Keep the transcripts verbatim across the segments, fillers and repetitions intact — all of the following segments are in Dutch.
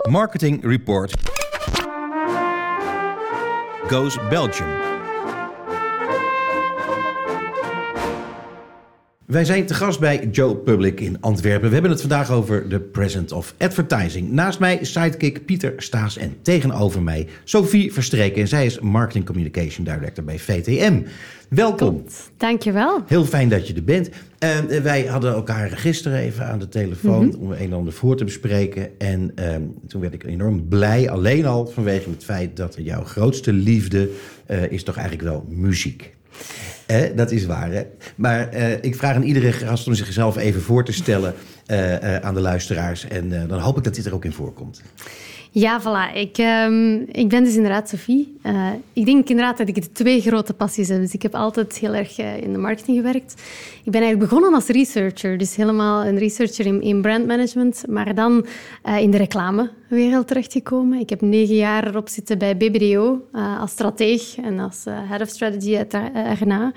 Marketing Report Goes Belgium. Wij zijn te gast bij Joe Public in Antwerpen. We hebben het vandaag over de Present of Advertising. Naast mij sidekick Pieter Staes en tegenover mij Sophie Verstreken. En zij is Marketing Communication Director bij V T M. Welkom. Dankjewel. Heel fijn dat je er bent. Uh, wij hadden elkaar gisteren even aan de telefoon mm-hmm. om een en ander voor te bespreken. En uh, toen werd ik enorm blij, alleen al vanwege het feit dat jouw grootste liefde uh, is toch eigenlijk wel muziek. Eh, dat is waar, hè? Maar uh, ik vraag aan iedere gast om zichzelf even voor te stellen uh, uh, aan de luisteraars. En uh, dan hoop ik dat dit er ook in voorkomt. Ja, voilà. Ik, um, ik ben dus inderdaad Sophie. Uh, ik denk inderdaad dat ik twee grote passies heb. Dus ik heb altijd heel erg uh, in de marketing gewerkt. Ik ben eigenlijk begonnen als researcher. Dus helemaal een researcher in, in brandmanagement. Maar dan uh, in de reclamewereld terechtgekomen. Ik heb negen jaar erop zitten bij B B D O uh, als strateeg en als uh, head of strategy erna.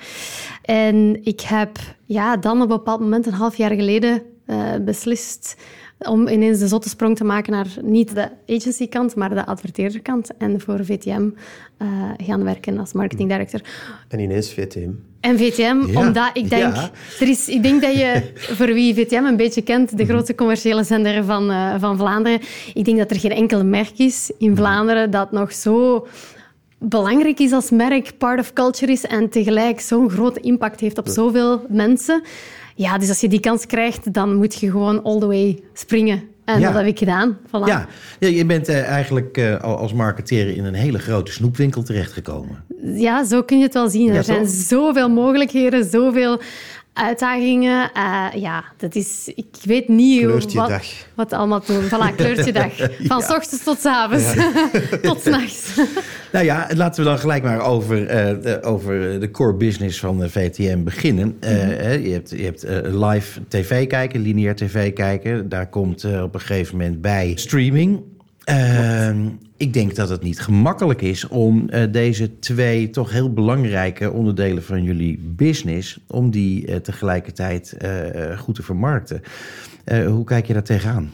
En ik heb ja, dan op een bepaald moment, een half jaar geleden, uh, beslist om ineens de zotte sprong te maken naar niet de agency-kant, maar de adverteerderkant. En voor V T M uh, gaan werken als marketing director. En ineens V T M. En V T M, ja. omdat ik denk... Ja. Er is, ik denk dat je, voor wie V T M een beetje kent, de grootste commerciële zender van, uh, van Vlaanderen, ik denk dat er geen enkel merk is in Vlaanderen dat nog zo belangrijk is als merk, part of culture is en tegelijk zo'n grote impact heeft op zoveel mensen. Ja, dus als je die kans krijgt, dan moet je gewoon all the way springen. En ja. dat heb ik gedaan. Voilà. Ja. ja, je bent uh, eigenlijk uh, als marketeer in een hele grote snoepwinkel terechtgekomen. Ja, zo kun je het wel zien. Ja, er zijn toch? zoveel mogelijkheden, zoveel uitdagingen. Uh, ja, dat is... Ik weet niet wat, wat allemaal doen. Voilà, kleurtje dag. Van ja. 's ochtends tot 's avonds. Ja. Tot 's nachts. Nou ja, laten we dan gelijk maar over, uh, de, over de core business van de V T M beginnen. Uh, mm-hmm. Je hebt, je hebt uh, live tv kijken, lineair tv kijken. Daar komt uh, op een gegeven moment bij streaming. Uh, ik denk dat het niet gemakkelijk is om uh, deze twee toch heel belangrijke onderdelen van jullie business, om die uh, tegelijkertijd uh, goed te vermarkten. Uh, hoe kijk je daar tegenaan?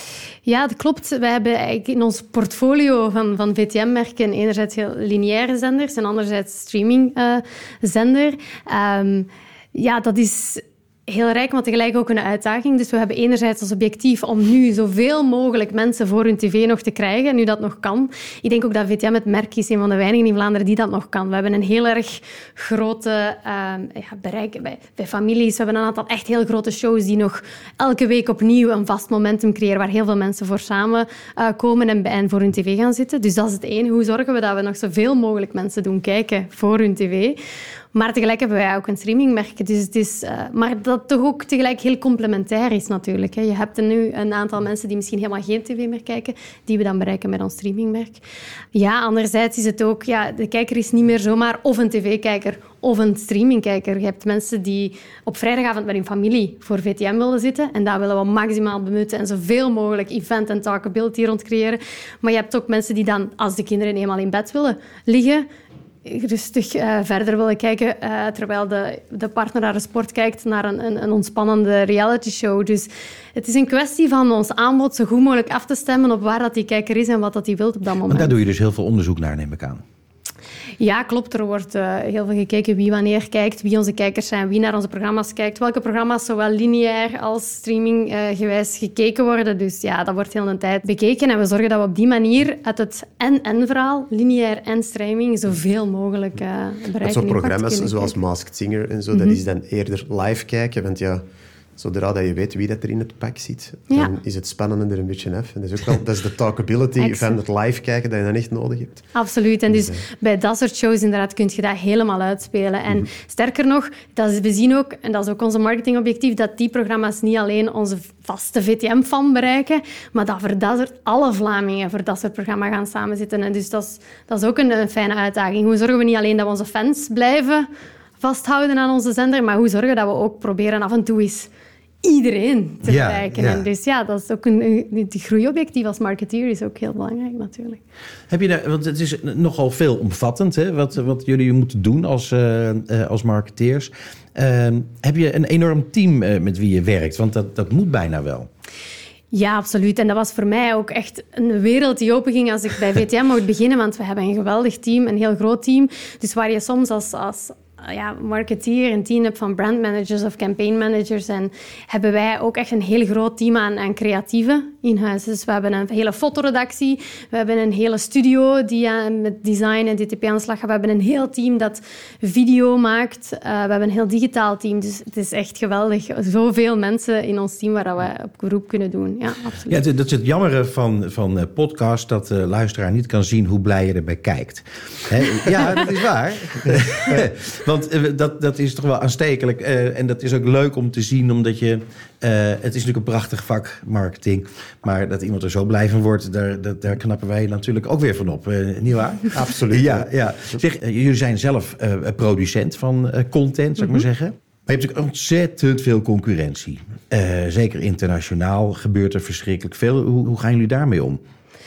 Ja, dat klopt. We hebben eigenlijk in ons portfolio van, van V T M-merken enerzijds heel lineaire zenders en anderzijds streamingzender. Uh, um, ja, dat is heel rijk, maar tegelijk ook een uitdaging. Dus we hebben enerzijds als objectief om nu zoveel mogelijk mensen voor hun tv nog te krijgen, nu dat nog kan. Ik denk ook dat V T M het merk is, een van de weinigen in Vlaanderen die dat nog kan. We hebben een heel erg grote uh, ja, bereik bij, bij families. We hebben een aantal echt heel grote shows die nog elke week opnieuw een vast momentum creëren waar heel veel mensen voor samen uh, komen en, en voor hun tv gaan zitten. Dus dat is het ene. Hoe zorgen we dat we nog zoveel mogelijk mensen doen kijken voor hun tv? Maar tegelijk hebben wij ook een streamingmerk. Dus het is, uh, maar dat toch ook tegelijk heel complementair is natuurlijk. Hè. Je hebt er nu een aantal mensen die misschien helemaal geen tv meer kijken, die we dan bereiken met ons streamingmerk. Ja, anderzijds is het ook... Ja, de kijker is niet meer zomaar of een tv-kijker of een streamingkijker. Je hebt mensen die op vrijdagavond met hun familie voor V T M willen zitten. En dat willen we maximaal benutten en zoveel mogelijk event en talkability rond creëren. Maar je hebt ook mensen die dan, als de kinderen eenmaal in bed willen liggen, rustig uh, verder willen kijken, uh, terwijl de, de partner naar de sport kijkt, naar een, een, een ontspannende reality show. Dus het is een kwestie van ons aanbod zo goed mogelijk af te stemmen op waar dat die kijker is en wat dat die wil op dat moment. Maar daar doe je dus heel veel onderzoek naar, neem ik aan. Ja, klopt. Er wordt uh, heel veel gekeken wie wanneer kijkt, wie onze kijkers zijn, wie naar onze programma's kijkt, welke programma's zowel lineair als streaminggewijs uh, gekeken worden. Dus ja, dat wordt heel de tijd bekeken. En we zorgen dat we op die manier uit het en-en-verhaal, lineair en streaming, zoveel mogelijk uh, bereiken. Dat soort programma's zoals Masked Singer en zo, mm-hmm. dat is dan eerder live kijken, want ja, zodra dat je weet wie dat er in het pak zit, dan ja. is het spannende er een beetje af. En dat is ook wel, dat is de talkability van het live kijken dat je dan echt nodig hebt. Absoluut. En dus, dus uh, bij dat soort shows inderdaad kun je dat helemaal uitspelen. En mm-hmm. sterker nog, dat is, we zien ook, en dat is ook onze marketingobjectief, dat die programma's niet alleen onze vaste V T M-fan bereiken, maar dat voor dat soort, alle Vlamingen voor dat soort programma gaan samenzitten. En dus dat is, dat is ook een, een fijne uitdaging. Hoe zorgen we niet alleen dat we onze fans blijven vasthouden aan onze zender, maar hoe zorgen dat we ook proberen af en toe eens iedereen te ja, bereiken. Ja. En dus ja, dat is ook een, een groeiobjectief als marketeer is ook heel belangrijk natuurlijk. Heb je daar, want het is nogal veelomvattend, hè, wat, wat jullie moeten doen als, uh, uh, als marketeers. Uh, heb je een enorm team uh, met wie je werkt? Want dat, dat moet bijna wel. Ja, absoluut. En dat was voor mij ook echt een wereld die openging als ik bij V T M mocht beginnen, want we hebben een geweldig team, een heel groot team. Dus waar je soms als, als ja, marketeer een team hebt van brandmanagers of campaign managers, en hebben wij ook echt een heel groot team aan, aan creatieven in huis. Dus we hebben een hele fotoredactie, we hebben een hele studio die aan, met design en D T P aan de slag gaat. We hebben een heel team dat video maakt. Uh, we hebben een heel digitaal team. Dus het is echt geweldig. Zoveel mensen in ons team waar we op beroep kunnen doen. Ja, absoluut. Ja, dat is het jammere van, van podcast, dat de luisteraar niet kan zien hoe blij je erbij kijkt. Hè? Ja, dat is waar. Want uh, dat, dat is toch wel aanstekelijk. Uh, en dat is ook leuk om te zien, omdat je... Uh, het is natuurlijk een prachtig vak, marketing. Maar dat iemand er zo blij van wordt, daar, daar, daar knappen wij natuurlijk ook weer van op. Uh, niet waar? Absoluut. Ja, ja. Zeg, uh, jullie zijn zelf uh, producent van uh, content, zou ik mm-hmm. maar zeggen. Maar je hebt natuurlijk ontzettend veel concurrentie. Uh, zeker internationaal gebeurt er verschrikkelijk veel. Hoe, hoe gaan jullie daarmee om?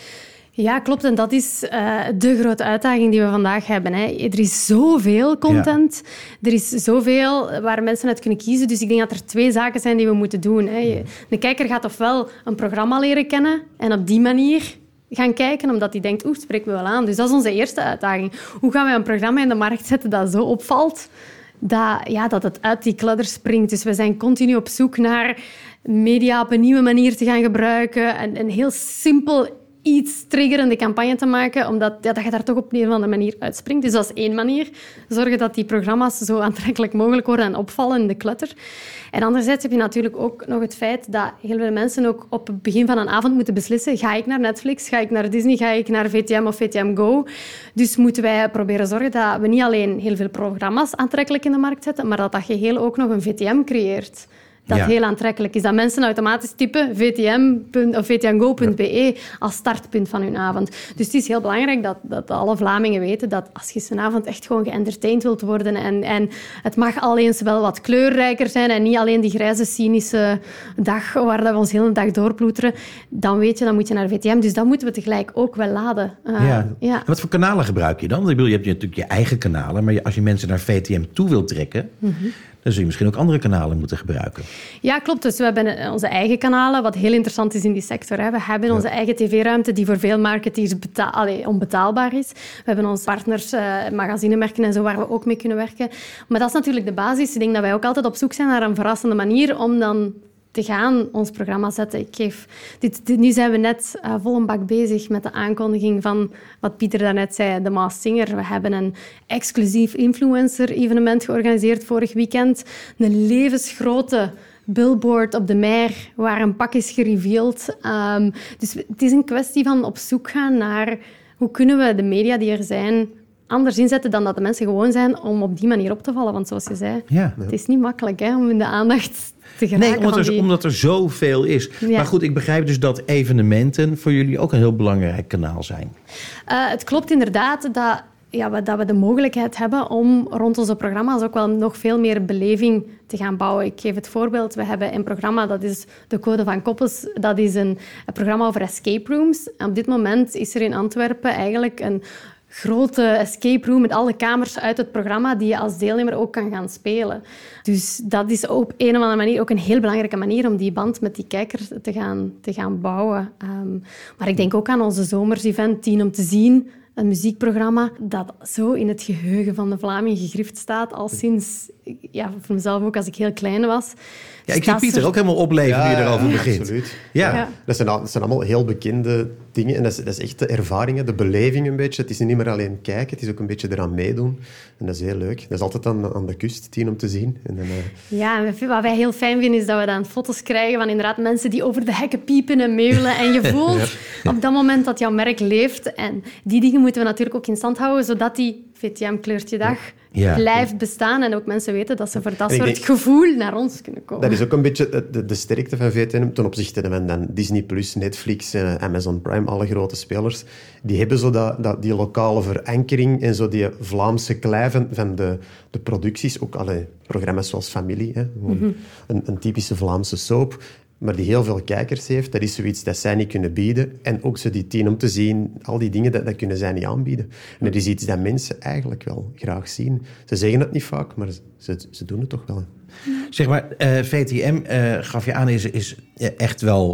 Ja, klopt. En dat is uh, de grote uitdaging die we vandaag hebben. Hè. Er is zoveel content. Ja. Er is zoveel waar mensen uit kunnen kiezen. Dus ik denk dat er twee zaken zijn die we moeten doen. Hè. De kijker gaat ofwel een programma leren kennen en op die manier gaan kijken, omdat hij denkt, oeh, het spreekt me wel aan. Dus dat is onze eerste uitdaging. Hoe gaan we een programma in de markt zetten dat zo opvalt, dat, ja, dat het uit die kladder springt. Dus we zijn continu op zoek naar media op een nieuwe manier te gaan gebruiken. En een heel simpel iets triggerende campagne te maken, omdat ja, dat je daar toch op een of andere manier uitspringt. Dus dat is één manier. Zorgen dat die programma's zo aantrekkelijk mogelijk worden en opvallen in de clutter. En anderzijds heb je natuurlijk ook nog het feit dat heel veel mensen ook op het begin van een avond moeten beslissen, ga ik naar Netflix, ga ik naar Disney, ga ik naar V T M of V T M Go. Dus moeten wij proberen zorgen dat we niet alleen heel veel programma's aantrekkelijk in de markt zetten, maar dat dat geheel ook nog een V T M creëert. Dat ja. heel aantrekkelijk is. Dat mensen automatisch typen v t m of v t m go punt b e als startpunt van hun avond. Dus het is heel belangrijk dat, dat alle Vlamingen weten dat als je een avond echt gewoon geëntertained wilt worden en, en het mag al eens wel wat kleurrijker zijn en niet alleen die grijze, cynische dag waar we ons de hele dag doorploeteren, dan weet je, dan moet je naar V T M. Dus dat moeten we tegelijk ook wel laden. Uh, ja. Ja. Wat voor kanalen gebruik je dan? Ik bedoel, je hebt natuurlijk je eigen kanalen, maar als je mensen naar V T M toe wilt trekken, mm-hmm. dan zul je misschien ook andere kanalen moeten gebruiken. Ja, klopt. Dus we hebben onze eigen kanalen, wat heel interessant is in die sector. Hè. We hebben ja. onze eigen tv-ruimte, die voor veel marketeers beta- allee, onbetaalbaar is. We hebben onze partners, uh, magazinemerken en zo, waar we ook mee kunnen werken. Maar dat is natuurlijk de basis. Ik denk dat wij ook altijd op zoek zijn naar een verrassende manier om dan te gaan ons programma zetten. Ik geef dit, dit, nu zijn we net uh, vol een bak bezig met de aankondiging van wat Pieter daarnet zei, de Masked Singer. We hebben een exclusief influencer-evenement georganiseerd vorig weekend. Een levensgrote billboard op de Mer, waar een pak is gereveeld. Um, dus het is een kwestie van op zoek gaan naar hoe kunnen we de media die er zijn anders inzetten dan dat de mensen gewoon zijn om op die manier op te vallen. Want zoals je zei, ja. het is niet makkelijk hè, om in de aandacht te geraken. Nee, omdat er, die... omdat er zoveel is. Ja. Maar goed, ik begrijp dus dat evenementen voor jullie ook een heel belangrijk kanaal zijn. Uh, het klopt inderdaad dat, ja, dat we de mogelijkheid hebben om rond onze programma's ook wel nog veel meer beleving te gaan bouwen. Ik geef het voorbeeld. We hebben een programma, dat is De Code van Koppels. Dat is een, een programma over escape rooms. Op dit moment is er in Antwerpen eigenlijk een grote escape room met alle kamers uit het programma die je als deelnemer ook kan gaan spelen. Dus dat is op een of andere manier ook een heel belangrijke manier om die band met die kijker te gaan, te gaan bouwen. Um, maar ik denk ook aan onze zomers-event Tien om te zien, een muziekprogramma dat zo in het geheugen van de Vlaming gegrift staat, al sinds, ja, voor mezelf ook als ik heel klein was. Ja, ik zie Pieter ook helemaal opleven ja, nu je erover ja, begint. Absoluut. Ja. Ja. Dat, zijn, dat zijn allemaal heel bekende dingen. En dat is, dat is echt de ervaringen, de beleving een beetje. Het is niet meer alleen kijken, het is ook een beetje eraan meedoen. En dat is heel leuk. Dat is altijd aan, aan de kust, Tien om te zien. En dan, uh... Ja, wat wij heel fijn vinden, is dat we dan foto's krijgen van inderdaad mensen die over de hekken piepen en meubelen. En je voelt ja. op dat moment dat jouw merk leeft. En die dingen moeten we natuurlijk ook in stand houden, zodat die V T M-kleurtje dag ja. blijft bestaan. En ook mensen weten dat ze voor dat soort denk, gevoel naar ons kunnen komen. Dat is ook een beetje de, de sterkte van V T M ten opzichte van dan Disney plus, Netflix, uh, Amazon Prime, alle grote spelers. Die hebben zo dat, dat, die lokale verankering en zo die Vlaamse klei van, van de, de producties. Ook alle programma's zoals Familie, hè, mm-hmm. een, een typische Vlaamse soap. Maar die heel veel kijkers heeft, dat is zoiets dat zij niet kunnen bieden. En ook zo die Tien om te zien, al die dingen, dat, dat kunnen zij niet aanbieden. En dat is iets dat mensen eigenlijk wel graag zien. Ze zeggen het niet vaak, maar ze, ze doen het toch wel. Zeg maar, uh, V T M, uh, gaf je aan, is, is echt wel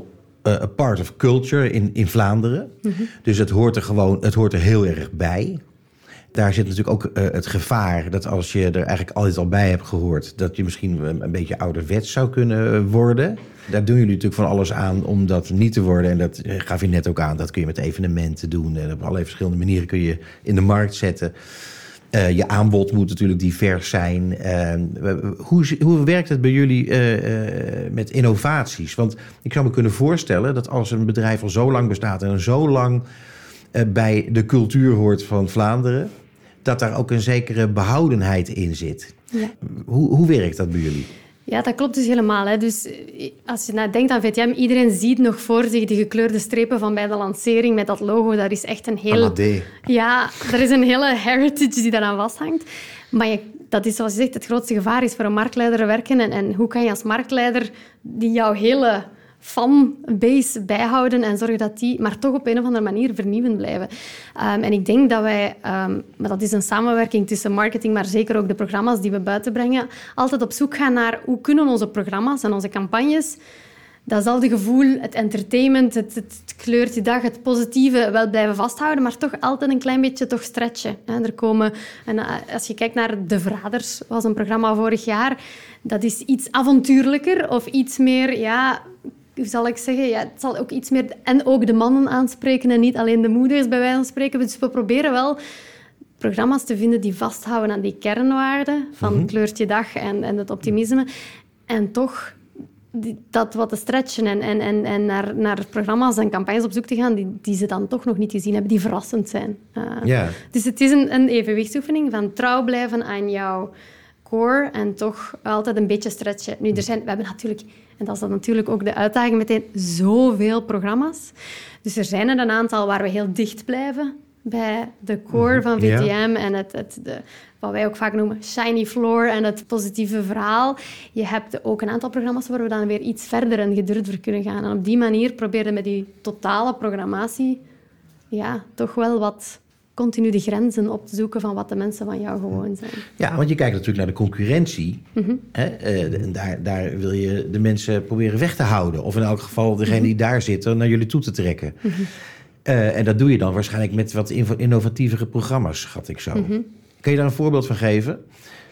uh, a part of culture in, in Vlaanderen. Mm-hmm. Dus het hoort er gewoon, het hoort er heel erg bij. Daar zit natuurlijk ook uh, het gevaar dat als je er eigenlijk altijd al bij hebt gehoord, dat je misschien een beetje ouderwets zou kunnen worden. Daar doen jullie natuurlijk van alles aan om dat niet te worden. En dat gaf je net ook aan. Dat kun je met evenementen doen. En op allerlei verschillende manieren kun je in de markt zetten. Uh, je aanbod moet natuurlijk divers zijn. Uh, hoe, hoe werkt het bij jullie uh, uh, met innovaties? Want ik zou me kunnen voorstellen dat als een bedrijf al zo lang bestaat en zo lang uh, bij de cultuur hoort van Vlaanderen, dat daar ook een zekere behoudenheid in zit. Ja. Hoe, hoe werkt dat bij jullie? Ja, dat klopt dus helemaal. Hè. Dus als je nou denkt aan V T M, iedereen ziet nog voor zich die gekleurde strepen van bij de lancering met dat logo. Dat is echt een hele... Amadee. Ja, er is een hele heritage die daaraan vasthangt. Maar je, dat is, zoals je zegt, het grootste gevaar is voor een marktleider werken. En, en hoe kan je als marktleider die jouw hele fanbase bijhouden en zorgen dat die maar toch op een of andere manier vernieuwend blijven. Um, en ik denk dat wij, um, maar dat is een samenwerking tussen marketing, maar zeker ook de programma's die we buiten brengen, altijd op zoek gaan naar hoe kunnen onze programma's en onze campagnes datzelfde gevoel, het entertainment, het, het kleurtje dag, het positieve wel blijven vasthouden, maar toch altijd een klein beetje toch stretchen. Er komen, en als je kijkt naar De Verraders, was een programma vorig jaar, dat is iets avontuurlijker of iets meer, ja, hoe zal ik zeggen, ja, het zal ook iets meer en ook de mannen aanspreken en niet alleen de moeders, bij wijze van spreken. Dus we proberen wel programma's te vinden die vasthouden aan die kernwaarden van mm-hmm. kleurtje dag en, en het optimisme. En toch dat wat te stretchen en, en, en, en naar, naar programma's en campagnes op zoek te gaan die, die ze dan toch nog niet gezien hebben, die verrassend zijn. Uh, yeah. Dus het is een, een evenwichtsoefening van trouw blijven aan jouw core en toch altijd een beetje stretchen. Nu, er zijn, we hebben natuurlijk, en dat is dan natuurlijk ook de uitdaging meteen, zoveel programma's. Dus er zijn er een aantal waar we heel dicht blijven bij de core van V T M ja. en het, het, de, wat wij ook vaak noemen shiny floor en het positieve verhaal. Je hebt ook een aantal programma's waar we dan weer iets verder en gedurfder kunnen gaan. En op die manier proberen we met die totale programmatie ja, toch wel wat continu de grenzen op te zoeken van wat de mensen van jou gewoon zijn. Ja, want je kijkt natuurlijk naar de concurrentie. Mm-hmm. Hè? Uh, daar, daar wil je de mensen proberen weg te houden. Of in elk geval degene mm-hmm. die daar zitten naar jullie toe te trekken. Mm-hmm. Uh, en dat doe je dan waarschijnlijk met wat innovatievere programma's, schat ik zo. Mm-hmm. Kun je daar een voorbeeld van geven?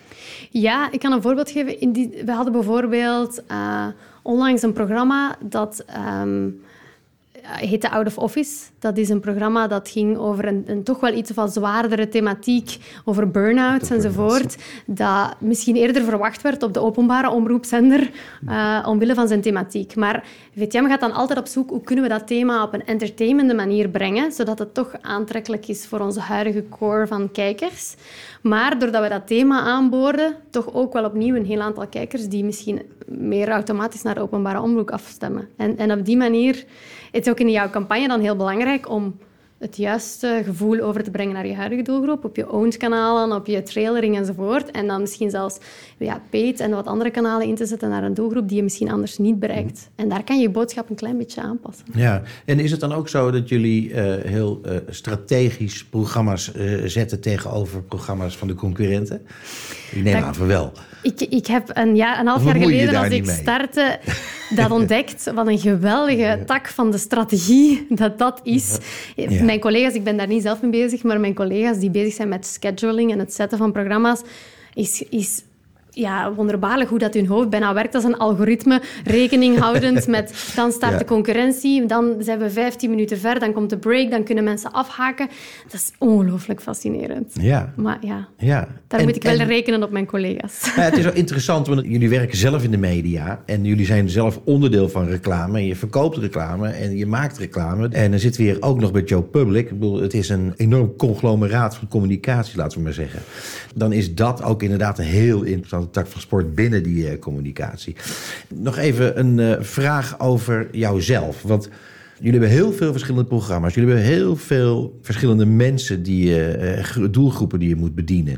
Ja, ik kan een voorbeeld geven. In die, we hadden bijvoorbeeld uh, onlangs een programma dat um, heette Out of Office. Dat is een programma dat ging over een, een toch wel iets wat zwaardere thematiek, over burn-outs enzovoort, dat misschien eerder verwacht werd op de openbare omroepzender uh, omwille van zijn thematiek. Maar V T M gaat dan altijd op zoek hoe kunnen we dat thema op een entertainende manier brengen, zodat het toch aantrekkelijk is voor onze huidige core van kijkers. Maar doordat we dat thema aanboorden, toch ook wel opnieuw een heel aantal kijkers die misschien meer automatisch naar de openbare omroep afstemmen. En, en op die manier het is ook in jouw campagne dan heel belangrijk om het juiste gevoel over te brengen naar je huidige doelgroep, op je owned kanalen, op je trailering enzovoort. En dan misschien zelfs ja, paid en wat andere kanalen in te zetten naar een doelgroep die je misschien anders niet bereikt. En daar kan je je boodschap een klein beetje aanpassen. Ja, en is het dan ook zo dat jullie uh, heel uh, strategisch programma's uh, zetten tegenover programma's van de concurrenten? Ik neem dat, aan van wel. Ik, ik heb een, jaar, een half jaar geleden, als ik startte, dat ontdekt. Wat een geweldige ja. tak van de strategie dat dat is. Ja. Mijn collega's, ik ben daar niet zelf mee bezig, maar mijn collega's die bezig zijn met scheduling en het zetten van programma's, is... is ja, wonderbaarlijk hoe dat in hun hoofd bijna werkt als een algoritme, rekening houdend met dan start ja. de concurrentie, dan zijn we vijftien minuten ver, dan komt de break, dan kunnen mensen afhaken. Dat is ongelooflijk fascinerend. Ja. Maar ja, ja. daar en, moet ik wel en, rekenen op mijn collega's. Ja, het is wel interessant, want jullie werken zelf in de media en jullie zijn zelf onderdeel van reclame. En je verkoopt reclame en je maakt reclame. En dan zitten we hier ook nog bij Joe Public. Ik bedoel, het is een enorm conglomeraat van communicatie, laten we maar zeggen. Dan is dat ook inderdaad een heel interessant de tak van sport binnen die uh, communicatie. Nog even een uh, vraag over jouzelf. Want jullie hebben heel veel verschillende programma's. Jullie hebben heel veel verschillende mensen, die uh, doelgroepen die je moet bedienen.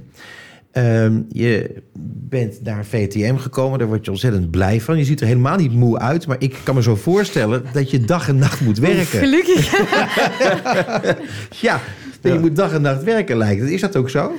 Um, je bent naar V T M gekomen, daar word je ontzettend blij van. Je ziet er helemaal niet moe uit, maar ik kan me zo voorstellen dat je dag en nacht moet werken. Gelukkig. ja, dat je moet dag en nacht werken lijkt het. Is dat ook zo?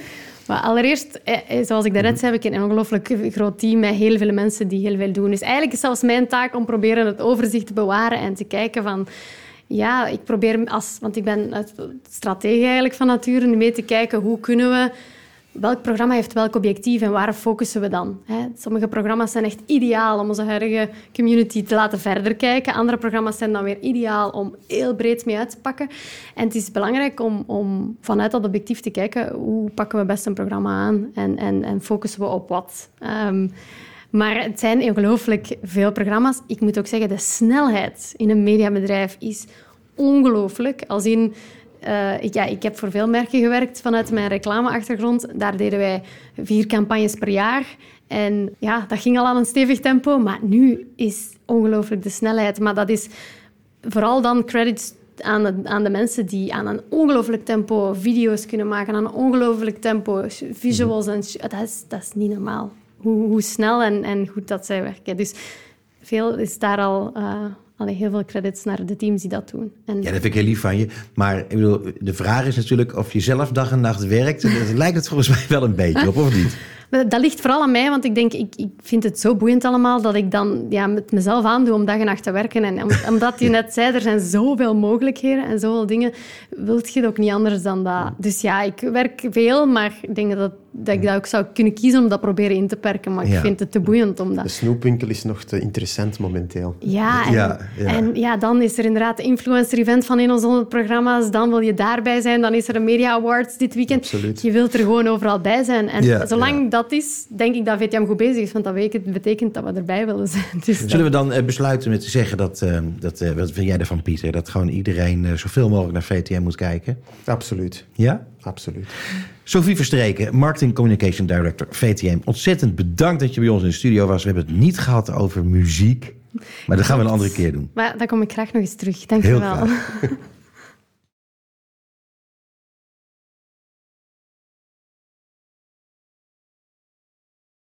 Maar allereerst, zoals ik daarnet zei, heb ik een ongelooflijk groot team met heel veel mensen die heel veel doen. Dus eigenlijk is zelfs mijn taak om proberen het overzicht te bewaren en te kijken van... Ja, ik probeer, als, want ik ben stratege eigenlijk van nature, nu mee te kijken hoe kunnen we... Welk programma heeft welk objectief en waar focussen we dan? Sommige programma's zijn echt ideaal om onze huidige community te laten verder kijken. Andere programma's zijn dan weer ideaal om heel breed mee uit te pakken. En het is belangrijk om, om vanuit dat objectief te kijken hoe pakken we best een programma aan en, en, en focussen we op wat. Um, maar het zijn ongelooflijk veel programma's. Ik moet ook zeggen, de snelheid in een mediabedrijf is ongelooflijk. Als in... Uh, ik, ja, ik heb voor veel merken gewerkt vanuit mijn reclameachtergrond. Daar deden wij vier campagnes per jaar. En ja, dat ging al aan een stevig tempo. Maar nu is ongelooflijk de snelheid. Maar dat is vooral dan credits aan de, aan de mensen die aan een ongelooflijk tempo video's kunnen maken. Aan een ongelooflijk tempo visuals. En, dat, is, dat is niet normaal. Hoe, hoe snel en, en goed dat zij werken. Dus veel is daar al... Uh, Allee, heel veel credits naar de teams die dat doen. En... Ja, dat vind ik heel lief van je. Maar ik bedoel, de vraag is natuurlijk of je zelf dag en nacht werkt. Daar lijkt het volgens mij wel een beetje op, of niet? Dat ligt vooral aan mij, want ik denk, ik, ik vind het zo boeiend allemaal dat ik dan ja, met mezelf aandoe om dag en nacht te werken. En om, omdat je net zei, er zijn zoveel mogelijkheden en zoveel dingen, wilt je het ook niet anders dan dat. Dus ja, ik werk veel, maar ik denk dat, dat ik dat ook zou kunnen kiezen om dat proberen in te perken. Maar ik ja. vind het te boeiend om dat... De snoepwinkel is nog te interessant momenteel. Ja, en ja, ja. en ja, dan is er inderdaad de influencer-event van een van onze programma's. Dan wil je daarbij zijn. Dan is er een Media Awards dit weekend. Absoluut. Je wilt er gewoon overal bij zijn. En ja, zolang ja. dat is, denk ik dat V T M goed bezig is. Want dat betekent dat we erbij willen zijn. Dus Zullen we dan uh, besluiten met te zeggen dat... Uh, dat uh, wat vind jij ervan, Pieter? Dat gewoon iedereen uh, zoveel mogelijk naar V T M moet kijken? Absoluut. Ja? Absoluut. Sophie Verstreken, Marketing Communication Director V T M. Ontzettend bedankt dat je bij ons in de studio was. We hebben het niet gehad over muziek. Maar dat gaan we een andere keer doen. Maar dan kom ik graag nog eens terug. Dank je wel. Heel graag.